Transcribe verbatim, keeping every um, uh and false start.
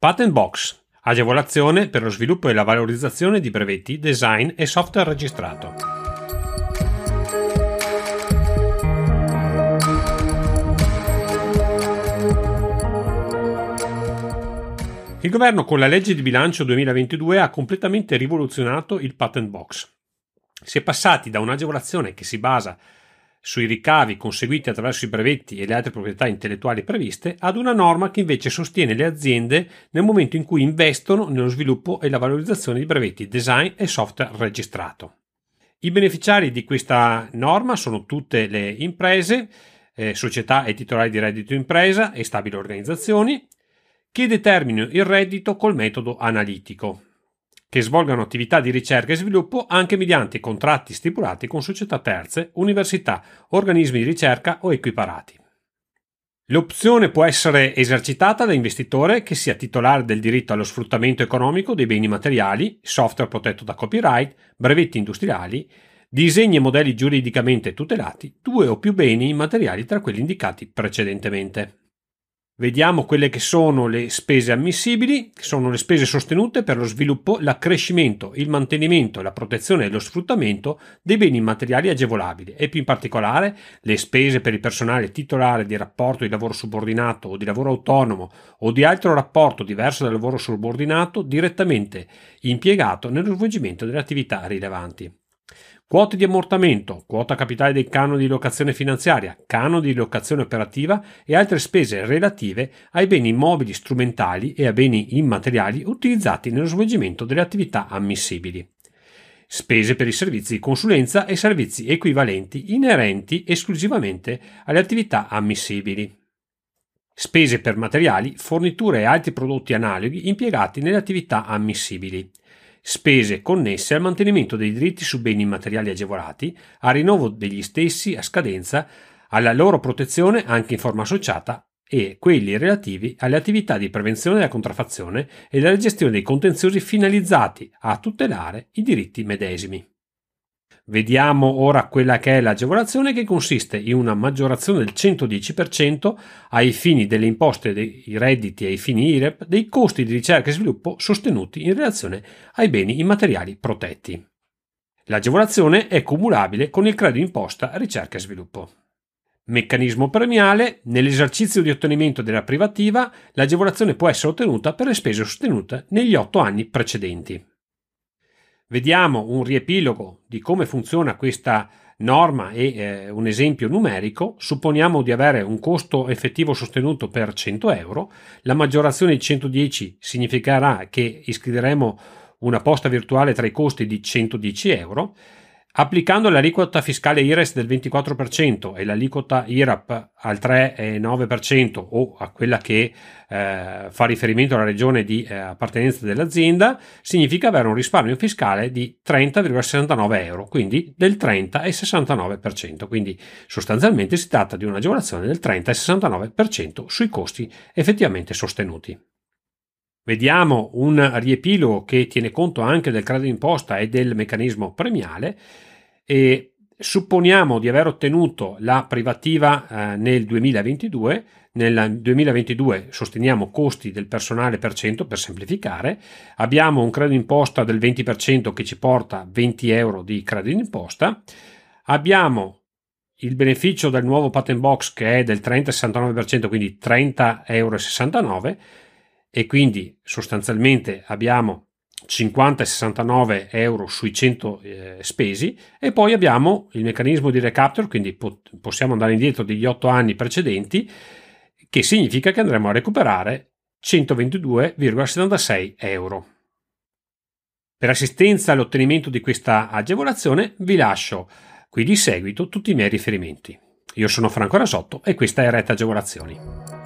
Patent Box, agevolazione per lo sviluppo e la valorizzazione di brevetti, design e software registrato. Il governo con la legge di bilancio duemilaventidue ha completamente rivoluzionato il Patent Box. Si è passati da un'agevolazione che si basa sui ricavi conseguiti attraverso i brevetti e le altre proprietà intellettuali previste ad una norma che invece sostiene le aziende nel momento in cui investono nello sviluppo e la valorizzazione di brevetti, design e software registrato. I beneficiari di questa norma sono tutte le imprese, eh, società e titolari di reddito impresa e stabili organizzazioni che determinino il reddito col metodo analitico, che svolgano attività di ricerca e sviluppo anche mediante contratti stipulati con società terze, università, organismi di ricerca o equiparati. L'opzione può essere esercitata da investitore che sia titolare del diritto allo sfruttamento economico dei beni materiali, software protetto da copyright, brevetti industriali, disegni e modelli giuridicamente tutelati, due o più beni immateriali tra quelli indicati precedentemente. Vediamo quelle che sono le spese ammissibili, che sono le spese sostenute per lo sviluppo, l'accrescimento, il mantenimento, la protezione e lo sfruttamento dei beni immateriali agevolabili e più in particolare le spese per il personale titolare di rapporto di lavoro subordinato o di lavoro autonomo o di altro rapporto diverso dal lavoro subordinato direttamente impiegato nello svolgimento delle attività rilevanti. Quote di ammortamento, quota capitale dei canoni di locazione finanziaria, canoni di locazione operativa e altre spese relative ai beni immobili strumentali e a beni immateriali utilizzati nello svolgimento delle attività ammissibili. Spese per i servizi di consulenza e servizi equivalenti inerenti esclusivamente alle attività ammissibili. Spese per materiali, forniture e altri prodotti analoghi impiegati nelle attività ammissibili. Spese connesse al mantenimento dei diritti su beni immateriali agevolati, al rinnovo degli stessi a scadenza, alla loro protezione anche in forma associata e quelli relativi alle attività di prevenzione della contraffazione e della gestione dei contenziosi finalizzati a tutelare i diritti medesimi. Vediamo ora quella che è l'agevolazione, che consiste in una maggiorazione del centodieci per cento ai fini delle imposte dei redditi e ai fini I R E P dei costi di ricerca e sviluppo sostenuti in relazione ai beni immateriali protetti. L'agevolazione è cumulabile con il credito d'imposta ricerca e sviluppo. Meccanismo premiale: nell'esercizio di ottenimento della privativa, l'agevolazione può essere ottenuta per le spese sostenute negli otto anni precedenti. Vediamo un riepilogo di come funziona questa norma e eh, un esempio numerico. Supponiamo di avere un costo effettivo sostenuto per cento euro. La maggiorazione di centodieci significherà che iscriveremo una posta virtuale tra i costi di centodieci euro. Applicando l'aliquota fiscale I R E S del ventiquattro per cento e l'aliquota I R A P al tre virgola nove per cento o a quella che eh, fa riferimento alla regione di eh, appartenenza dell'azienda, significa avere un risparmio fiscale di trenta virgola sessantanove euro, quindi del trenta virgola sessantanove per cento. Quindi sostanzialmente si tratta di un'agevolazione del trenta virgola sessantanove per cento sui costi effettivamente sostenuti. Vediamo un riepilogo che tiene conto anche del credito d'imposta e del meccanismo premiale e supponiamo di aver ottenuto la privativa eh, nel duemilaventidue. Nel duemilaventidue sosteniamo costi del personale per cento per semplificare, abbiamo un credito d'imposta del venti per cento che ci porta venti euro di credito d'imposta, abbiamo il beneficio del nuovo Patent Box che è del trenta virgola sessantanove per cento, quindi trenta virgola sessantanove euro, e quindi sostanzialmente abbiamo cinquanta virgola sessantanove euro sui cento eh, spesi, e poi abbiamo il meccanismo di recapture, quindi po- possiamo andare indietro degli otto anni precedenti, che significa che andremo a recuperare centoventidue virgola settantasei euro. Per assistenza all'ottenimento di questa agevolazione vi lascio qui di seguito tutti i miei riferimenti. Io sono Franco Rasotto e questa è Rete Agevolazioni.